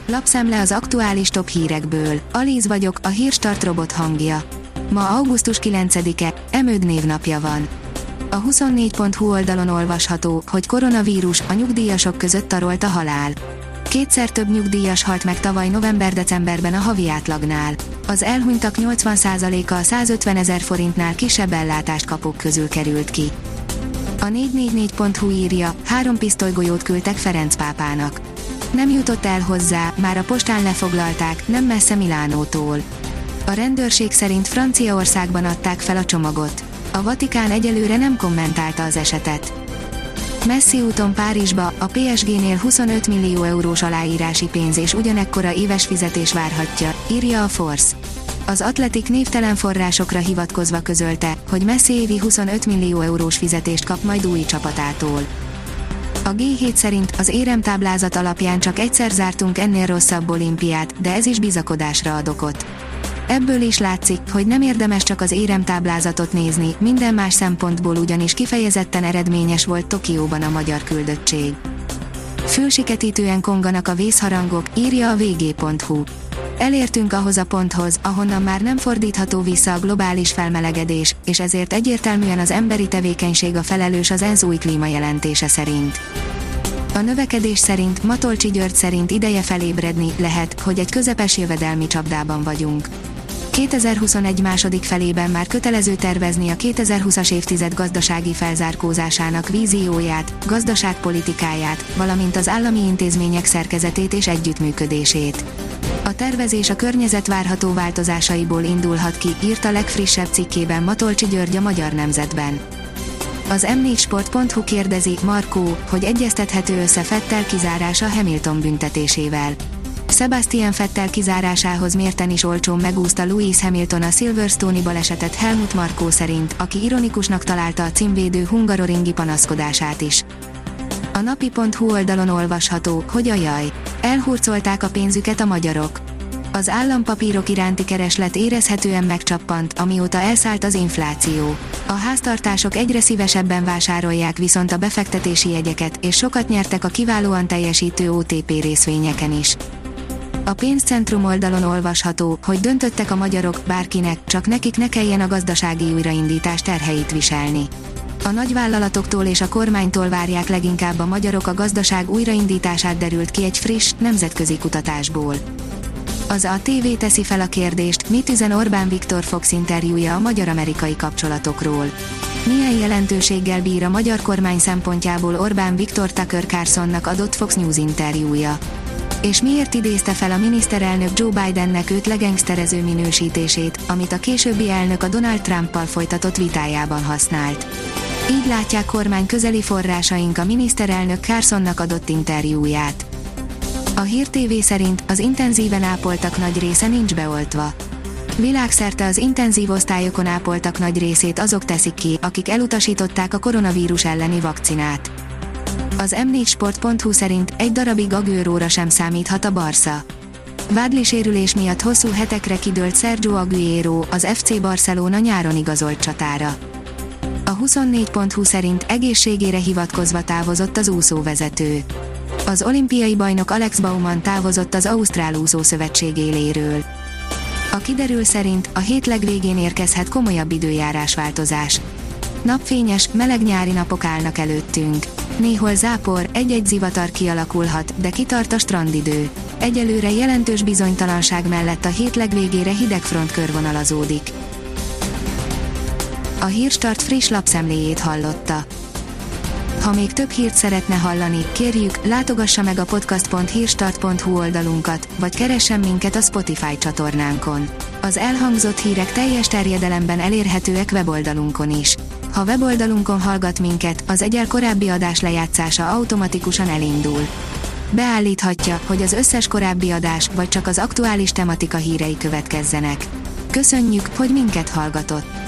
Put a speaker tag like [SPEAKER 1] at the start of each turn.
[SPEAKER 1] Lapszemle az aktuális top hírekből. Alíz vagyok, a Hírstart robot hangja. Ma augusztus 9-e, Emőd névnapja van. A 24.hu oldalon olvasható, hogy koronavírus, a nyugdíjasok között tarolt a halál. Kétszer több nyugdíjas halt meg tavaly november-decemberben a havi átlagnál. Az elhunytak 80%-a a 150 000 forintnál kisebb ellátást kapók közül került ki. A 444.hu írja, 3 pisztolygolyót küldtek Ferenc pápának. Nem jutott el hozzá, már a postán lefoglalták, nem messze Milánótól. A rendőrség szerint Franciaországban adták fel a csomagot. A Vatikán egyelőre nem kommentálta az esetet. Messi úton Párizsba, a PSG-nél 25 millió eurós aláírási pénz és ugyanekkora éves fizetés várhatja, írja a Force. Az Athletic névtelen forrásokra hivatkozva közölte, hogy Messi évi 25 millió eurós fizetést kap majd új csapatától. A G7 szerint az éremtáblázat alapján csak egyszer zártunk ennél rosszabb olimpiát, de ez is bizakodásra ad okot. Ebből is látszik, hogy nem érdemes csak az éremtáblázatot nézni, minden más szempontból ugyanis kifejezetten eredményes volt Tokióban a magyar küldöttség. Fülsiketítően konganak a vészharangok, írja a vg.hu. Elértünk ahhoz a ponthoz, ahonnan már nem fordítható vissza a globális felmelegedés, és ezért egyértelműen az emberi tevékenység a felelős az ENSZ új klímajelentése szerint. A növekedés szerint, Matolcsi György szerint ideje felébredni, lehet, hogy egy közepes jövedelmi csapdában vagyunk. 2021 második felében már kötelező tervezni a 2020-as évtized gazdasági felzárkózásának vízióját, gazdaságpolitikáját, valamint az állami intézmények szerkezetét és együttműködését. A tervezés a környezet várható változásaiból indulhat ki, írta legfrissebb cikkében Matolcsi György a Magyar Nemzetben. Az m4sport.hu kérdezi, Markó, hogy egyeztethető össze Vettel kizárása Hamilton büntetésével. Sebastian Vettel kizárásához mérten is olcsón megúszta Lewis Hamilton a Silverstone-i balesetet Helmut Markó szerint, aki ironikusnak találta a címvédő hungaroringi panaszkodását is. A napi.hu oldalon olvasható, hogy ajaj, elhurcolták a pénzüket a magyarok. Az állampapírok iránti kereslet érezhetően megcsappant, amióta elszállt az infláció. A háztartások egyre szívesebben vásárolják viszont a befektetési jegyeket, és sokat nyertek a kiválóan teljesítő OTP részvényeken is. A pénzcentrum oldalon olvasható, hogy döntöttek a magyarok, bárkinek, csak nekik ne kelljen a gazdasági újraindítás terheit viselni. A nagyvállalatoktól és a kormánytól várják leginkább a magyarok a gazdaság újraindítását, derült ki egy friss, nemzetközi kutatásból. Az ATV teszi fel a kérdést, mit üzen Orbán Viktor Fox interjúja a magyar-amerikai kapcsolatokról. Milyen jelentőséggel bír a magyar kormány szempontjából Orbán Viktor Tucker Carlsonnak adott Fox News interjúja? És miért idézte fel a miniszterelnök Joe Bidennek őt legengszterező minősítését, amit a későbbi elnök a Donald Trumpal folytatott vitájában használt? Így látják kormány közeli forrásaink a miniszterelnök Carlsonnak adott interjúját. A Hír TV szerint az intenzíven ápoltak nagy része nincs beoltva. Világszerte az intenzív osztályokon ápoltak nagy részét azok teszik ki, akik elutasították a koronavírus elleni vakcinát. Az m4sport.hu szerint egy darabig Agüeróra sem számíthat a Barca. Vádli sérülés miatt hosszú hetekre kidőlt Sergio Agüero, az FC Barcelona nyáron igazolt csatára. A 24.hu szerint egészségére hivatkozva távozott az úszóvezető. Az olimpiai bajnok Alex Baumann távozott az Ausztrál Úszószövetség éléről. A kiderül szerint a hét legvégén érkezhet komolyabb időjárásváltozás. Napfényes, meleg nyári napok állnak előttünk. Néhol zápor, egy-egy zivatar kialakulhat, de kitart a strandidő. Egyelőre jelentős bizonytalanság mellett a hét legvégére hideg front körvonalazódik. A Hírstart friss lapszemléjét hallotta. Ha még több hírt szeretne hallani, kérjük, látogassa meg a podcast.hírstart.hu oldalunkat, vagy keressen minket a Spotify csatornánkon. Az elhangzott hírek teljes terjedelemben elérhetőek weboldalunkon is. Ha weboldalunkon hallgat minket, az egyel korábbi adás lejátszása automatikusan elindul. Beállíthatja, hogy az összes korábbi adás, vagy csak az aktuális tematika hírei következzenek. Köszönjük, hogy minket hallgatott!